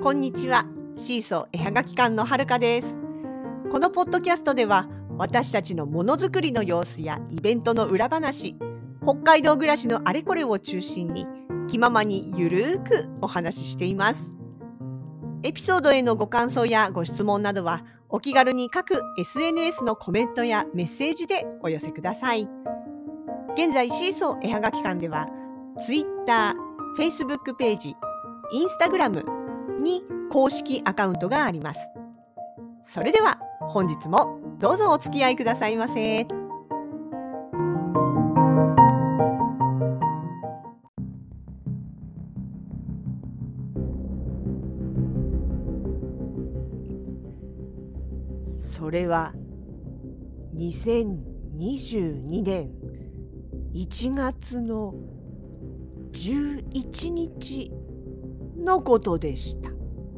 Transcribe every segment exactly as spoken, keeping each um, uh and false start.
こんにちは。シーソー絵はがき館のはるかです。このポッドキャストでは私たちのものづくりの様子やイベントの裏話、北海道暮らしのあれこれを中心に気ままにゆるーくお話ししています。エピソードへのご感想やご質問などはお気軽に各 エスエヌエス のコメントやメッセージでお寄せください。現在シーソー絵はがき館では Twitter、Facebook ページ、Instagram に公式アカウントがあります。それでは本日もどうぞお付き合いくださいませ。それはにせんにじゅうにねんいちがつのじゅういちにちのことでした。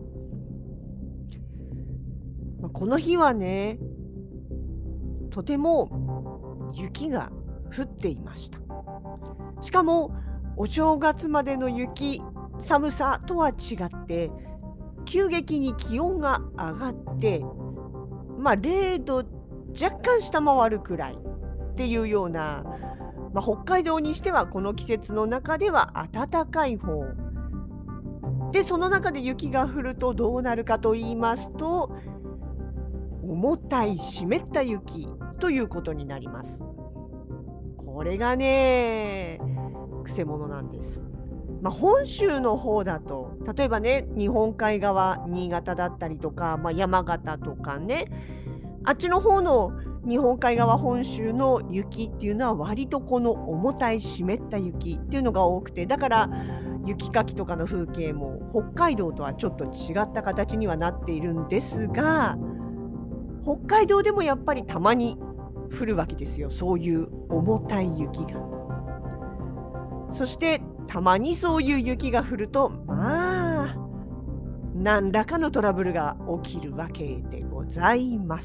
この日はね、とても雪が降っていました。しかもお正月までの雪、寒さとは違って急激に気温が上がって、まあれいど若干下回るくらいっていうような、まあ、北海道にしてはこの季節の中では暖かい方で、その中で雪が降るとどうなるかと言いますと、重たい湿った雪ということになります。これがね、くせ者なんです。まあ、本州の方だと、例えばね、日本海側、新潟だったりとか、まあ、山形とかね、あっちの方の日本海側本州の雪っていうのは割とこの重たい湿った雪っていうのが多くて、だから雪かきとかの風景も北海道とはちょっと違った形にはなっているんですが、北海道でもやっぱりたまに降るわけですよ、そういう重たい雪が。そしてたまにそういう雪が降ると、まあ何らかのトラブルが起きるわけでございます。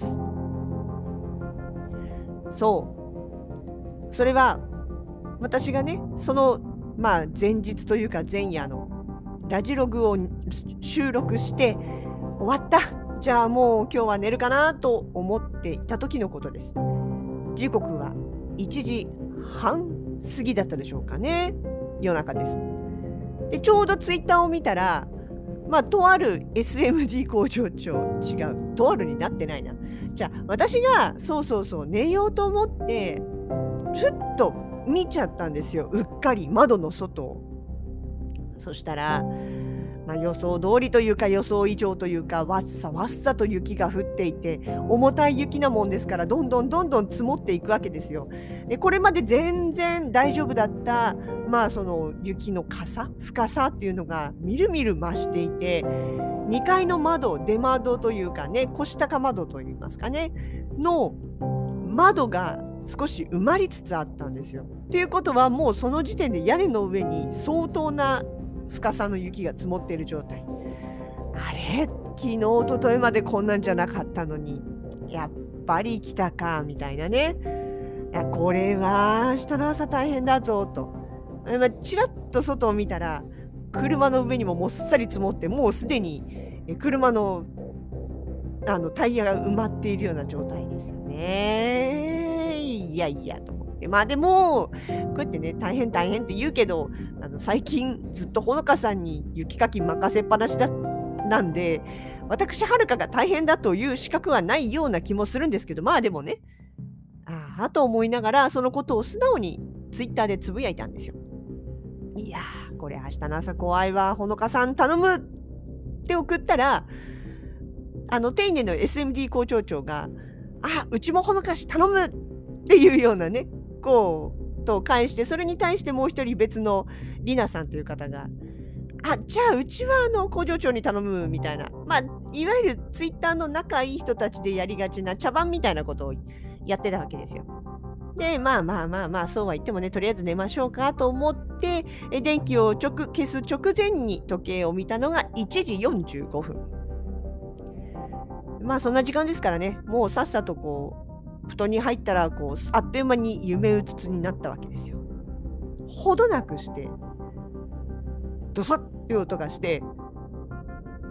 そう、それは私がね、そのまあ前日というか前夜のラジログを収録して終わった、じゃあもう今日は寝るかなと思っていた時のことです。時刻はいちじはん過ぎだったでしょうかね。夜中です。でちょうどツイッターを見たら、まあとある エスエムディー 工場長、違う、とあるになってないな。じゃあ私がそうそうそう寝ようと思ってふっと見ちゃったんですよ、うっかり窓の外を。そしたら、まあ、予想通りというか予想以上というか、わっさわっさと雪が降っていて、重たい雪なもんですからどんどんどんどん積もっていくわけですよ。でこれまで全然大丈夫だったまあその雪の傘深さっていうのがみるみる増していて、にかいの窓、出窓というかね、腰高窓といいますかねの窓が少し埋まりつつあったんですよ。っていうことはもうその時点で屋根の上に相当な深さの雪が積もっている状態。あれ、昨日一昨日までこんなんじゃなかったのにやっぱり来たかみたいなね。いやこれは明日の朝大変だぞと、まあ、ちらっと外を見たら車の上にももっさり積もって、もうすでに車のあのタイヤが埋まっているような状態ですよね。いやいやと思って、まあでもこうやってね、大変大変って言うけど、あの最近ずっとほのかさんに雪かき任せっぱなしだなんで、私はるかが大変だという資格はないような気もするんですけど、まあでもね、ああと思いながらそのことを素直にツイッターでつぶやいたんですよ。いやーこれ明日の朝怖いわ、ほのかさん頼むって送ったら、あの丁寧の エスエムディー 工場長が、あ、うちもほのかし頼むっていうようなね、こうと返して、それに対してもう一人別のりなさんという方が、あ、じゃあうちはあの工場長に頼むみたいな、まあいわゆるツイッターの仲いい人たちでやりがちな茶番みたいなことをやってたわけですよ。でまあまあまあまあそうは言ってもね、とりあえず寝ましょうかと思ってえ電気を直消す直前に時計を見たのがいちじよんじゅうごふん。まあそんな時間ですからね、もうさっさとこう布団に入ったらこうあっという間に夢うつつになったわけですよ。ほどなくしてドサッという音がして、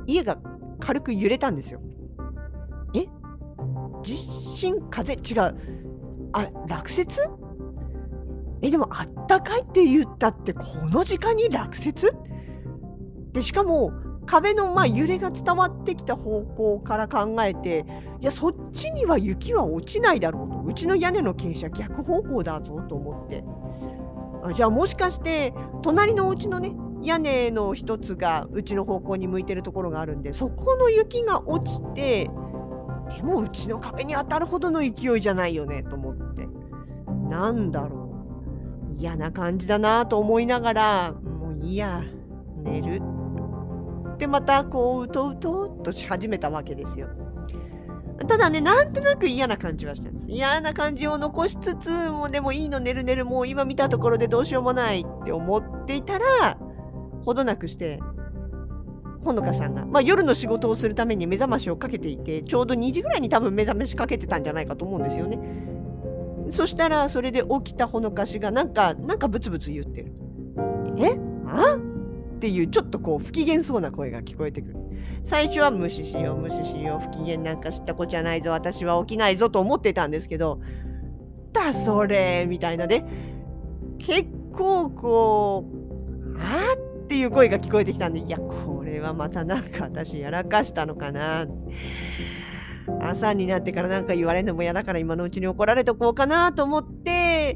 家が軽く揺れたんですよ。え地震風違う。あ、落雪え、でもあったかいって言ったってこの時間に落雪で、しかも壁のまあ揺れが伝わってきた方向から考えて、いや、そっちには雪は落ちないだろうと。うちの屋根の傾斜逆方向だぞと思って。あ、じゃあもしかして隣のお家のね、屋根の一つがうちの方向に向いてるところがあるんで、そこの雪が落ちて、でもうちの壁に当たるほどの勢いじゃないよねと思って。なんだろう。嫌な感じだなと思いながら、もういいや、寝る。で、またこう、うとうとっとし始めたわけですよ。ただね、なんとなく嫌な感じはしたんです。嫌な感じを残しつつ、もうでもいいの、寝る寝る、もう今見たところでどうしようもないって思っていたら、ほどなくして、ほのかさんが、まあ、夜の仕事をするために目覚ましをかけていて、ちょうどにじぐらいに多分目覚ましかけてたんじゃないかと思うんですよね。そしたら、それで起きたほのかしが、なんか、なんかブツブツ言ってる。えあっていう、ちょっとこう、不機嫌そうな声が聞こえてくる。最初は無視しよう、無視しよう、不機嫌なんか知ったこじゃないぞ、私は起きないぞと思ってたんですけど、だそれみたいなね、結構こう、あーっていう声が聞こえてきたんで、いや、これはまたなんか私やらかしたのかな。朝になってからなんか言われるのも嫌だから今のうちに怒られとこうかなと思って、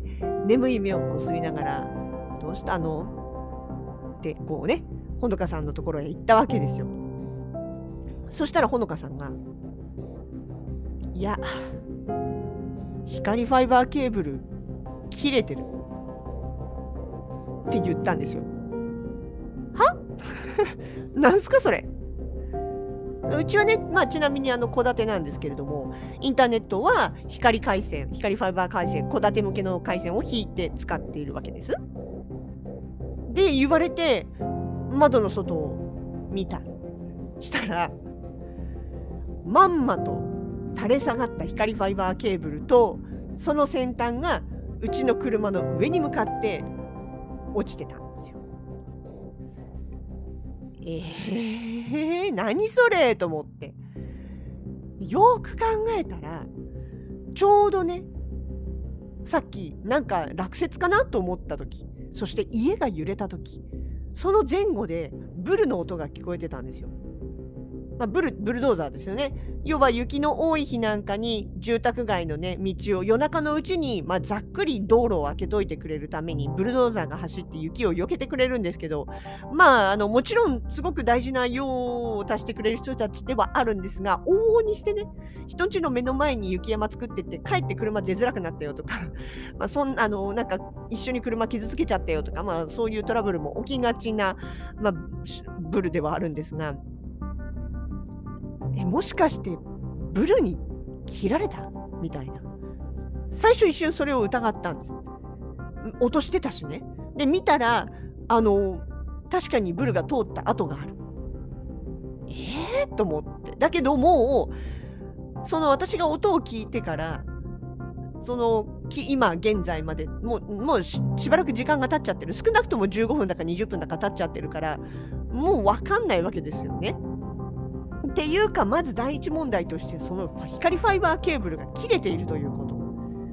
眠い目をこすりながら、どうしたのってこうね、ほのかさんのところへ行ったわけですよ。そしたらほのかさんが、いや、光ファイバーケーブル切れてるって言ったんですよ。はなんすかそれ。うちはね、まあ、ちなみにあの戸建てなんですけれども、インターネットは光回線、光ファイバー回線、戸建て向けの回線を引いて使っているわけです。で、言われて、窓の外を見た。したら、まんまと垂れ下がった光ファイバーケーブルと、その先端がうちの車の上に向かって落ちてたんですよ。えー、何それと思って。よく考えたら、ちょうどね、さっきなんか落雪かなと思った時、そして家が揺れた時、その前後でブルの音が聞こえてたんですよ。まあ、ブル、ブルドーザーですよね。要は雪の多い日なんかに住宅街のね、道を夜中のうちに、まあ、ざっくり道路を開けといてくれるためにブルドーザーが走って雪を避けてくれるんですけど、まあ、あのもちろんすごく大事な用を足してくれる人たちではあるんですが、往々にしてね、人んちの目の前に雪山作ってって帰って車出づらくなったよとか、まあ、そんあのなんか一緒に車傷つけちゃったよとか、まあ、そういうトラブルも起きがちな、まあ、ブルではあるんですが、え、もしかしてブルに切られたみたいな。最初一瞬それを疑ったんです。落としてたしね。で、見たら、あの、確かにブルが通った跡がある。えーと思って。だけどもう、その私が音を聞いてから、そのき今現在までもうもうししばらく時間が経っちゃってる。少なくともじゅうごふんだかにじゅっぷんだか経っちゃってるから、もう分かんないわけですよね。っていうか、まず第一問題として、その光ファイバーケーブルが切れているということ。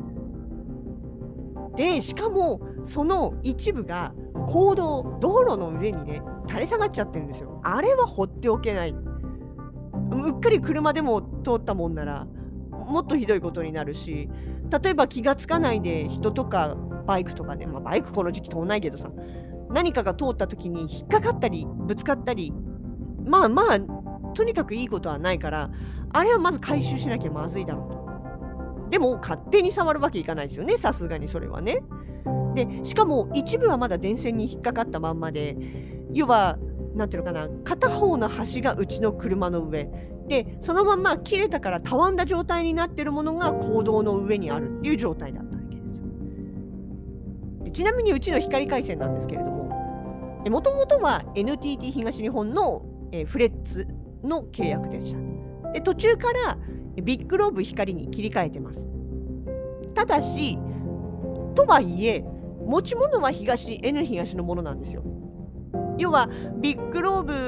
で、しかもその一部が公道、道路の上にね、垂れ下がっちゃってるんですよ。あれは放っておけない。うっかり車でも通ったもんなら、もっとひどいことになるし、例えば気がつかないで人とかバイクとかね、まあ、バイクこの時期通んないけどさ、何かが通った時に引っかかったり、ぶつかったり、まあまあ、とにかくいいことはないから、あれはまず回収しなきゃまずいだろうと。でも勝手に触るわけいかないですよね、さすがにそれはね。で、しかも一部はまだ電線に引っかかったまんまで、要はなんていうのかな、片方の端がうちの車の上で、そのまんま切れたからたわんだ状態になってるものが公道の上にあるっていう状態だったわけですよ。で、ちなみにうちの光回線なんですけれども、もともとは エヌティーティー 東日本の、えーフレッツの契約でした。で、途中からビッグローブ光に切り替えてます。ただし、とはいえ、持ち物は東、N 東のものなんですよ。要は、ビッグローブ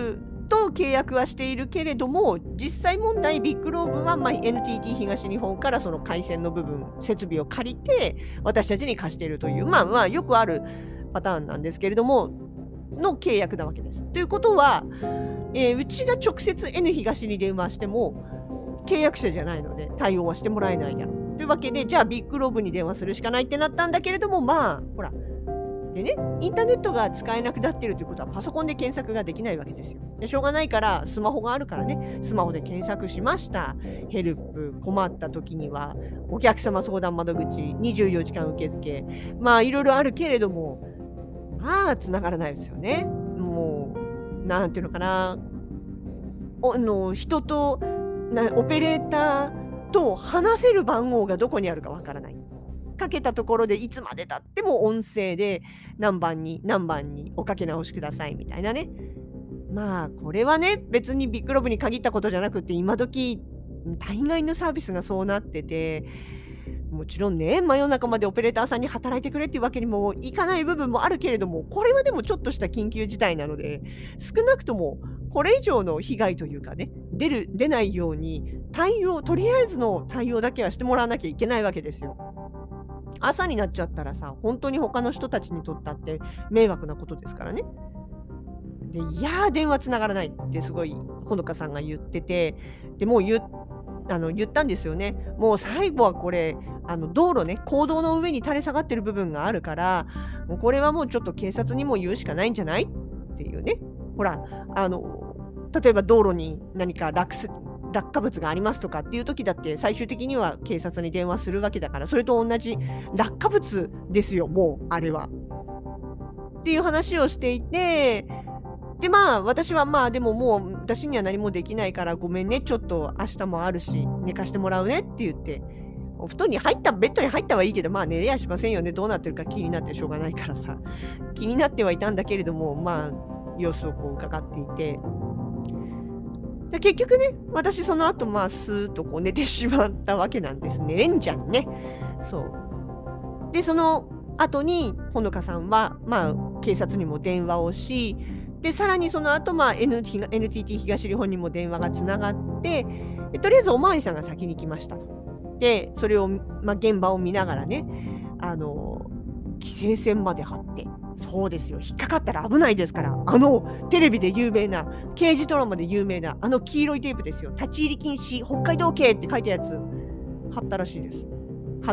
と契約はしているけれども、実際問題ビッグローブは、まあ、エヌティーティー 東日本からその回線の部分設備を借りて私たちに貸しているという、まあまあよくあるパターンなんですけれどもの契約なわけです。ということは、えーうちが直接 N 東に電話しても契約者じゃないので対応はしてもらえないだろうというわけで、じゃあビッグローブに電話するしかないってなったんだけれども、まあほらでね、インターネットが使えなくなってるということはパソコンで検索ができないわけですよ。でしょうがないからスマホがあるからね、スマホで検索しました。ヘルプ、困った時にはお客様相談窓口にじゅうよじかん受付、まあいろいろあるけれども、まあ繋がらないですよね。もうなんていうのかな、おあの人となオペレーターと話せる番号がどこにあるかわからない。かけたところでいつまで経っても音声で何番に何番におかけ直しくださいみたいなね。まあこれはね、別にビッグロブに限ったことじゃなくて、今時大概のサービスがそうなってて、もちろんね、真夜中までオペレーターさんに働いてくれっていうわけにもいかない部分もあるけれども、これはでもちょっとした緊急事態なので、少なくともこれ以上の被害というかね、出る出ないように対応、とりあえずの対応だけはしてもらわなきゃいけないわけですよ。朝になっちゃったらさ、本当に他の人たちにとったって迷惑なことですからね。で、いやー、電話つながらないってすごいほのかさんが言ってて、でもう言っあの言ったんですよね。もう最後はこれ、あの道路ね、公道の上に垂れ下がってる部分があるから、もうこれはもうちょっと警察にも言うしかないんじゃないっていうね。ほら、あの例えば道路に何か落す落下物がありますとかっていう時だって最終的には警察に電話するわけだから、それと同じ落下物ですよ、もうあれは。っていう話をしていて、でまあ私はまあでももう私には何もできないからごめんね、ちょっと明日もあるし寝かしてもらうねって言って、お布団に入ったベッドに入ったはいいけど、まあ寝れやしませんよね、どうなってるか気になってしょうがないからさ、気になってはいたんだけれども、まあ様子をこう伺っていて、で結局ね、私その後まあスーッとこう寝てしまったわけなんです。寝れんじゃんね。そうでその後にほのかさんはまあ警察にも電話をし、でさらにその後まあ N エヌティーティー 東日本にも電話がつながって、でとりあえずおまわりさんが先に来ましたと。でそれを、まあ、現場を見ながらね、あの規制線まで張って、そうですよ、引っかかったら危ないですから、あのテレビで有名な刑事ドラマで有名なあの黄色いテープですよ、立ち入り禁止北海道警って書いたやつ貼ったらしいです。貼って、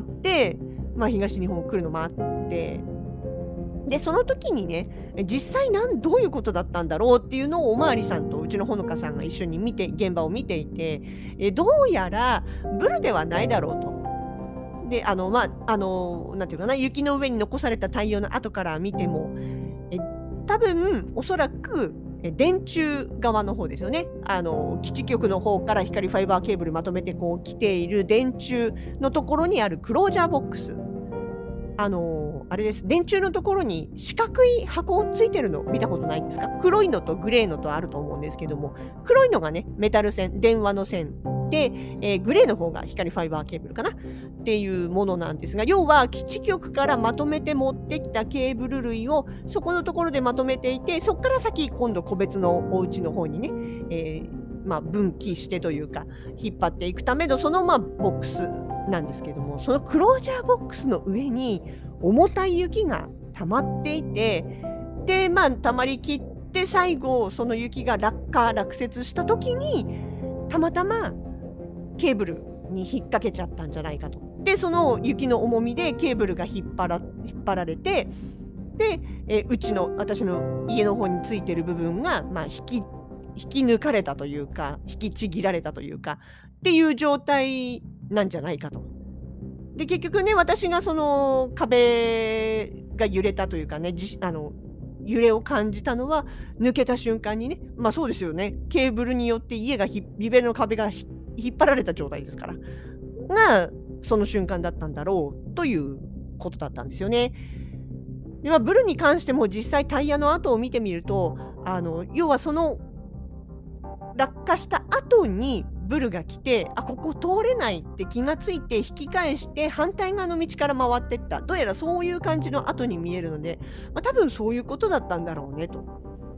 まあ、東日本来るの待って、でその時にね、実際なんどういうことだったんだろうっていうのをおまわりさんとうちのほのかさんが一緒に見て現場を見ていて、えどうやらブルではないだろうと。であのまああのなんていうかな、雪の上に残されたタイヤの跡から見ても、え多分おそらくえ電柱側の方ですよね。あの基地局の方から光ファイバーケーブルまとめてこう来ている電柱のところにあるクロージャーボックス、あのあれです、電柱のところに四角い箱ついてるの見たことないですか？黒いのとグレーのとあると思うんですけども、黒いのがねメタル線、電話の線で、えーグレーの方が光ファイバーケーブルかなっていうものなんですが、要は基地局からまとめて持ってきたケーブル類をそこのところでまとめていて、そこから先今度個別のお家の方にね、えーまあ、分岐してというか引っ張っていくためのそのまあボックスなんですけども、そのクロージャーボックスの上に重たい雪が溜まっていて、でまあ溜まりきって最後その雪が落下落雪した時にたまたまケーブルに引っ掛けちゃったんじゃないかと。でその雪の重みでケーブルが引っ張ら引っ張られて、で、えーうちの私の家の方についてる部分が、まあ、引き引き抜かれたというか引きちぎられたというかっていう状態なんじゃないかと。で結局ね、私がその壁が揺れたというかね、じあの揺れを感じたのは抜けた瞬間にね、まあそうですよね、ケーブルによって家がひビベの壁がひ引っ張られた状態ですからがその瞬間だったんだろうということだったんですよね。で、まあ、ブルに関しても実際タイヤの跡を見てみると、あの要はその落下した後にブルが来て、あここ通れないって気がついて引き返して反対側の道から回っていった、どうやらそういう感じの後に見えるので、まあ、多分そういうことだったんだろうねと。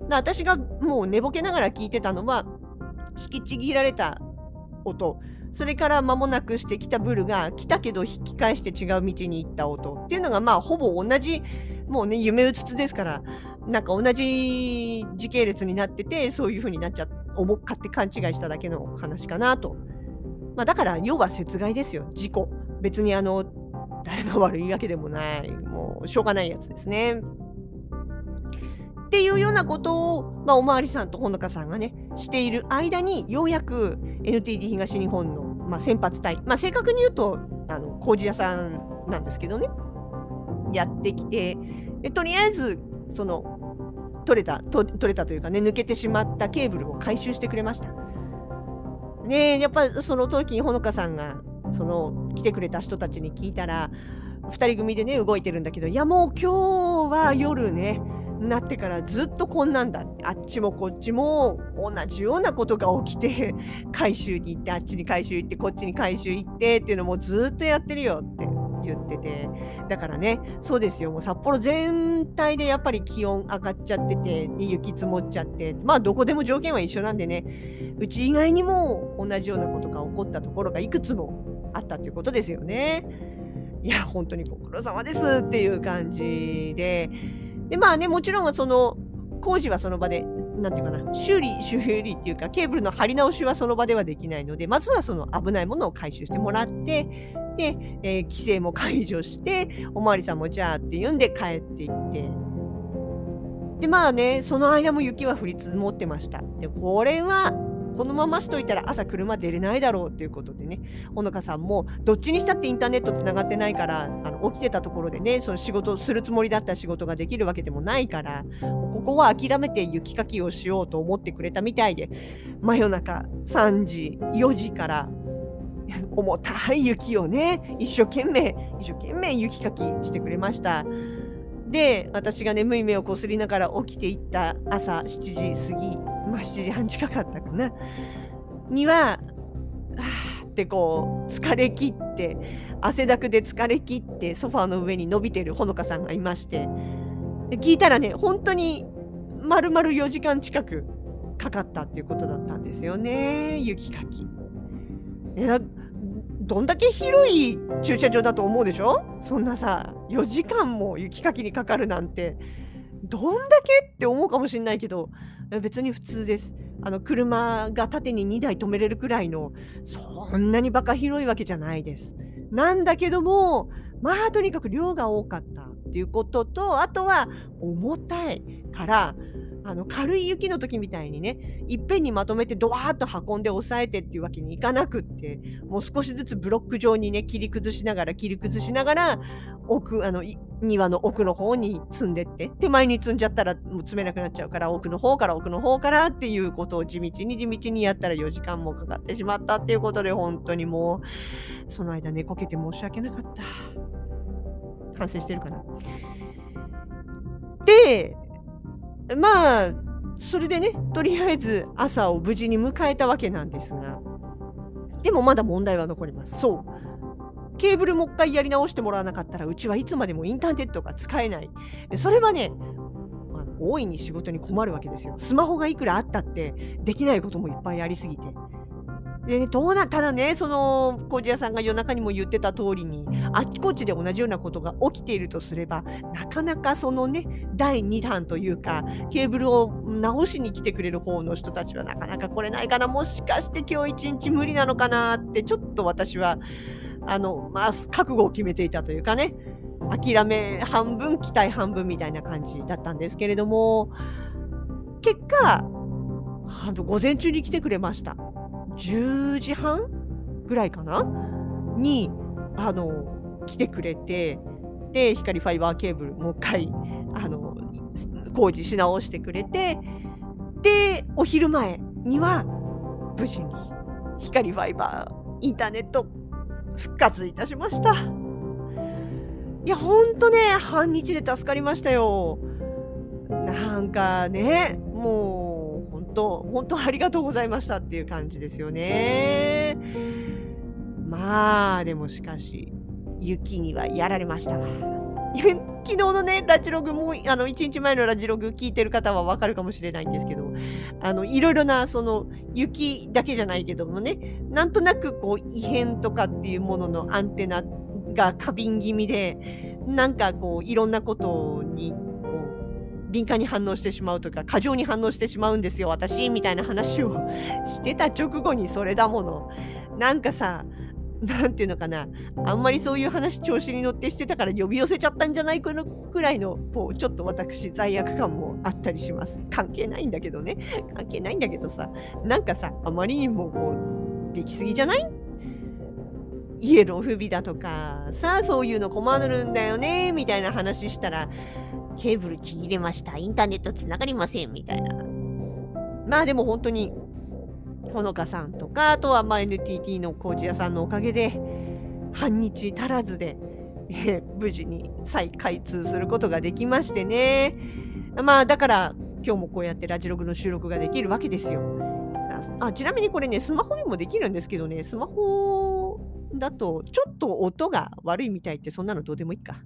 で私がもう寝ぼけながら聞いてたのは、引きちぎられた音、それから間もなくしてきたブルが来たけど引き返して違う道に行った音っていうのが、まあほぼ同じ、もうね、夢うつつですから、なんか同じ時系列になってて、そういう風になっちゃ思っ勝手勘違いしただけの話かなと。まあ、だから要は殺害ですよ、事故。別にあの、誰が悪いわけでもない、もうしょうがないやつですね。っていうようなことを、まあ、おまわりさんとほのかさんがね、している間に、ようやく エヌティーティー 東日本の、まあ、先発隊、まあ、正確に言うと、あの、工事屋さんなんですけどね、やってきて、でとりあえず、その、取れた、と取れたというかね、抜けてしまったケーブルを回収してくれました。ねえ、やっぱその時にほのかさんが、その来てくれた人たちに聞いたら、ふたり組でね、動いてるんだけど、いやもう今日は夜ね、なってからずっとこんなんだって、あっちもこっちも同じようなことが起きて、回収に行って、あっちに回収行って、こっちに回収行ってっていうのもずっとやってるよって言ってて、だからね、そうですよ、もう札幌全体でやっぱり気温上がっちゃってて、雪積もっちゃって、まあどこでも条件は一緒なんでね、うち以外にも同じようなことが起こったところがいくつもあったっていうことですよね。いや、本当にご苦労様ですっていう感じで、で、まあね、もちろんその工事はその場で、なんていうかな、修理修理っていうか、ケーブルの張り直しはその場ではできないので、まずはその危ないものを回収してもらって、で、えー規制も解除して、おまわりさんもじゃあって言うんで帰っていって、で、まあね、その間も雪は降り積もってました。で、これはこのまましといたら朝車出れないだろうっていうことでね、ほのかさんもどっちにしたってインターネットつながってないから、あの起きてたところでね、その仕事をするつもりだった仕事ができるわけでもないから、ここは諦めて雪かきをしようと思ってくれたみたいで、真夜中さんじ、よじから重たい雪をね、一生懸命、一生懸命雪かきしてくれました。で、私が眠い目をこすりながら起きていった朝しちじ過ぎ、まあしちじはん近かったかな、には、あーってこう疲れ切って、汗だくで疲れ切ってソファーの上に伸びてるほのかさんがいまして、で聞いたらね、本当に丸々よじかん近くかかったっていうことだったんですよね、雪かき。え、などんだけ広い駐車場だと思うでしょ？そんなさ、よじかんも雪かきにかかるなんて、どんだけって思うかもしんないけど、え、別に普通です。あの、車が縦ににだい止めれるくらいの、そんなにバカ広いわけじゃないです。なんだけども、まあ、とにかく量が多かったっていうことと、あとは重たいから、あの、軽い雪の時みたいにね、いっぺんにまとめてドワーッと運んで押さえてっていうわけにいかなくって、もう少しずつブロック状にね、切り崩しながら切り崩しながら、奥あの、い庭の奥の方に積んでって、手前に積んじゃったらもう積めなくなっちゃうから、奥の方から奥の方からっていうことを地道に地道にやったらよじかんもかかってしまったっていうことで、ほんとにもう、その間寝こけて申し訳なかった。反省してるかな。で、まあ、それでね、とりあえず朝を無事に迎えたわけなんですが、でもまだ問題は残ります。そう。ケーブルもう一回やり直してもらわなかったら、うちはいつまでもインターネットが使えない。でそれはね、あの大いに仕事に困るわけですよ。スマホがいくらあったって、できないこともいっぱいありすぎて。でね、どうなただね、その工事屋さんが夜中にも言ってた通りに、あっちこっちで同じようなことが起きているとすれば、なかなかそのね、だいにだんというか、ケーブルを直しに来てくれる方の人たちはなかなか来れないかな、もしかして今日一日無理なのかなって、ちょっと私は、あの、まあ、覚悟を決めていたというかね、諦め半分、期待半分みたいな感じだったんですけれども、結果、あの午前中に来てくれました。じゅうじはんぐらいかなに、あの、来てくれて、で、光ファイバーケーブルもう一回、あの、工事し直してくれて、で、お昼前には無事に光ファイバーインターネット復活いたしました。いや、ほんとね、半日で助かりましたよ。なんかね、もうほんと、ほんとありがとうございましたっていう感じですよね。まあ、でもしかし、雪にはやられましたわ。 昨日のね、ラジログも、あの、いちにちまえのラジログ聞いてる方はわかるかもしれないんですけど、あの、いろいろな、その、雪だけじゃないけどもね、なんとなくこう、異変とかっていうもののアンテナが過敏気味で、なんかこう、いろんなことに、こう、敏感に反応してしまうというか、過剰に反応してしまうんですよ、私、みたいな話をしてた直後にそれだもの。なんかさ、なんていうのかな、あんまりそういう話調子に乗ってしてたから呼び寄せちゃったんじゃないかのくらいの、こう、ちょっと私、罪悪感もあったりします。関係ないんだけどね。関係ないんだけどさ、なんかさ、あまりにもこう、できすぎじゃない？家の不備だとか、さあ、そういうの困るんだよね、みたいな話したら、ケーブルちぎれました、インターネットつながりません、みたいな。まあでも本当に、ほのかさんとか、あとはまあ エヌティーティー の工事屋さんのおかげで、半日足らずで、えー無事に再開通することができましてね。まあだから今日もこうやってラジログの収録ができるわけですよ。あ、あちなみにこれね、スマホでもできるんですけどね、スマホだとちょっと音が悪いみたいってそんなのどうでもいいか。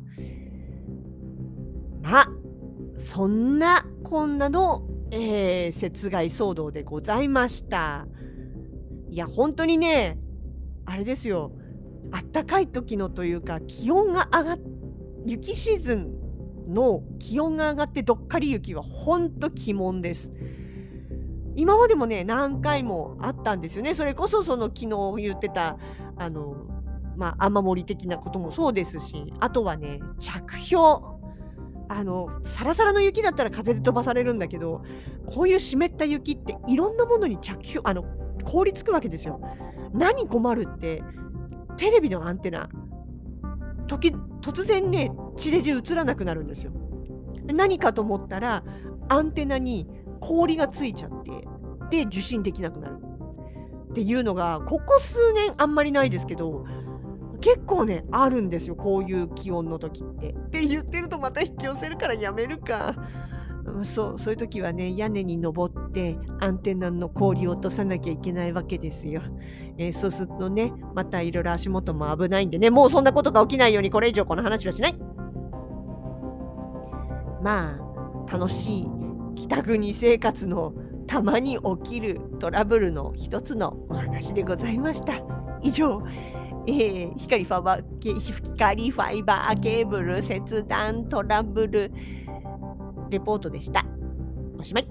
まあ、そんなこんなの、えー、雪害騒動でございました。いや、本当にね、あれですよ。あったかい時のというか、気温が上がっ雪シーズンの気温が上がってどっかり雪はほんと鬼門です。今までもね、何回もあったんですよね。それこそその昨日言ってた、あの、まあ、雨漏り的なこともそうですし、あとはね、着氷。あの、サラサラの雪だったら風で飛ばされるんだけど、こういう湿った雪っていろんなものに着氷あの、凍りつくわけですよ。何困るって、テレビのアンテナ、時突然ね、地デジ映らなくなるんですよ。何かと思ったら、アンテナに氷がついちゃって、で、受信できなくなる。っていうのが、ここ数年あんまりないですけど、結構ね、あるんですよ、こういう気温の時って。って言ってるとまた引き寄せるからやめるか。うん、そう、そういう時はね、屋根に登ってアンテナの氷を落とさなきゃいけないわけですよ。えーそうするとね、またいろいろ足元も危ないんでね、もうそんなことが起きないようにこれ以上この話はしない。まあ、楽しい北国生活のたまに起きるトラブルの一つのお話でございました。以上、えー光ファバケ光ファイバーケーブル切断トラブルレポートでした。おしまい。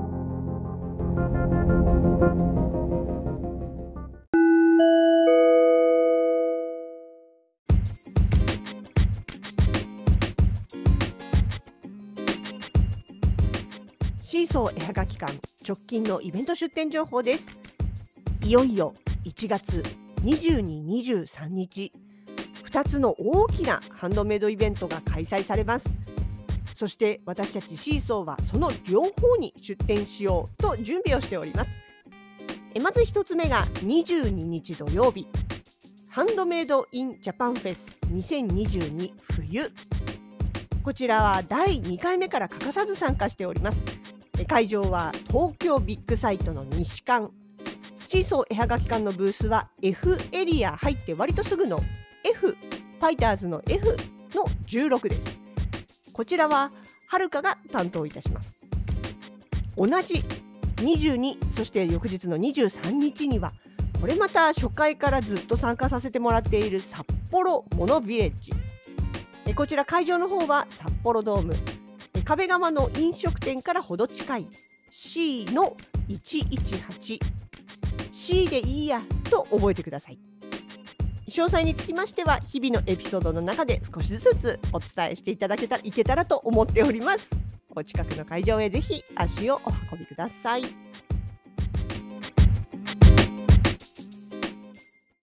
シーソー絵はがき館直近のイベント出店情報です。いよいよいちがつにじゅうに、にじゅうさんにち、ふたつの大きなハンドメイドイベントが開催されます。そして私たちシーソーはその両方に出店しようと準備をしております。えまずひとつめがにじゅうににち土曜日、ハンドメイドインジャパンフェスにせんにじゅうに冬。こちらはだいにかいめから欠かさず参加しております。え会場は東京ビッグサイトの西館。シーソー絵はがき館のブースは F エリア入って割とすぐの F、ファイターズの F のじゅうろくです。こちらははるかが担当いたします。同じにじゅうに、そして翌日のにじゅうさんにちには、これまた初回からずっと参加させてもらっている札幌モノビレッジ。えこちら会場の方は札幌ドーム。え壁側の飲食店からほど近い シー のいちいちはち。シー でいいやと覚えてください。詳細につきましては日々のエピソードの中で少しずつお伝えしていただけたらいけたらと思っております。お近くの会場へぜひ足をお運びください。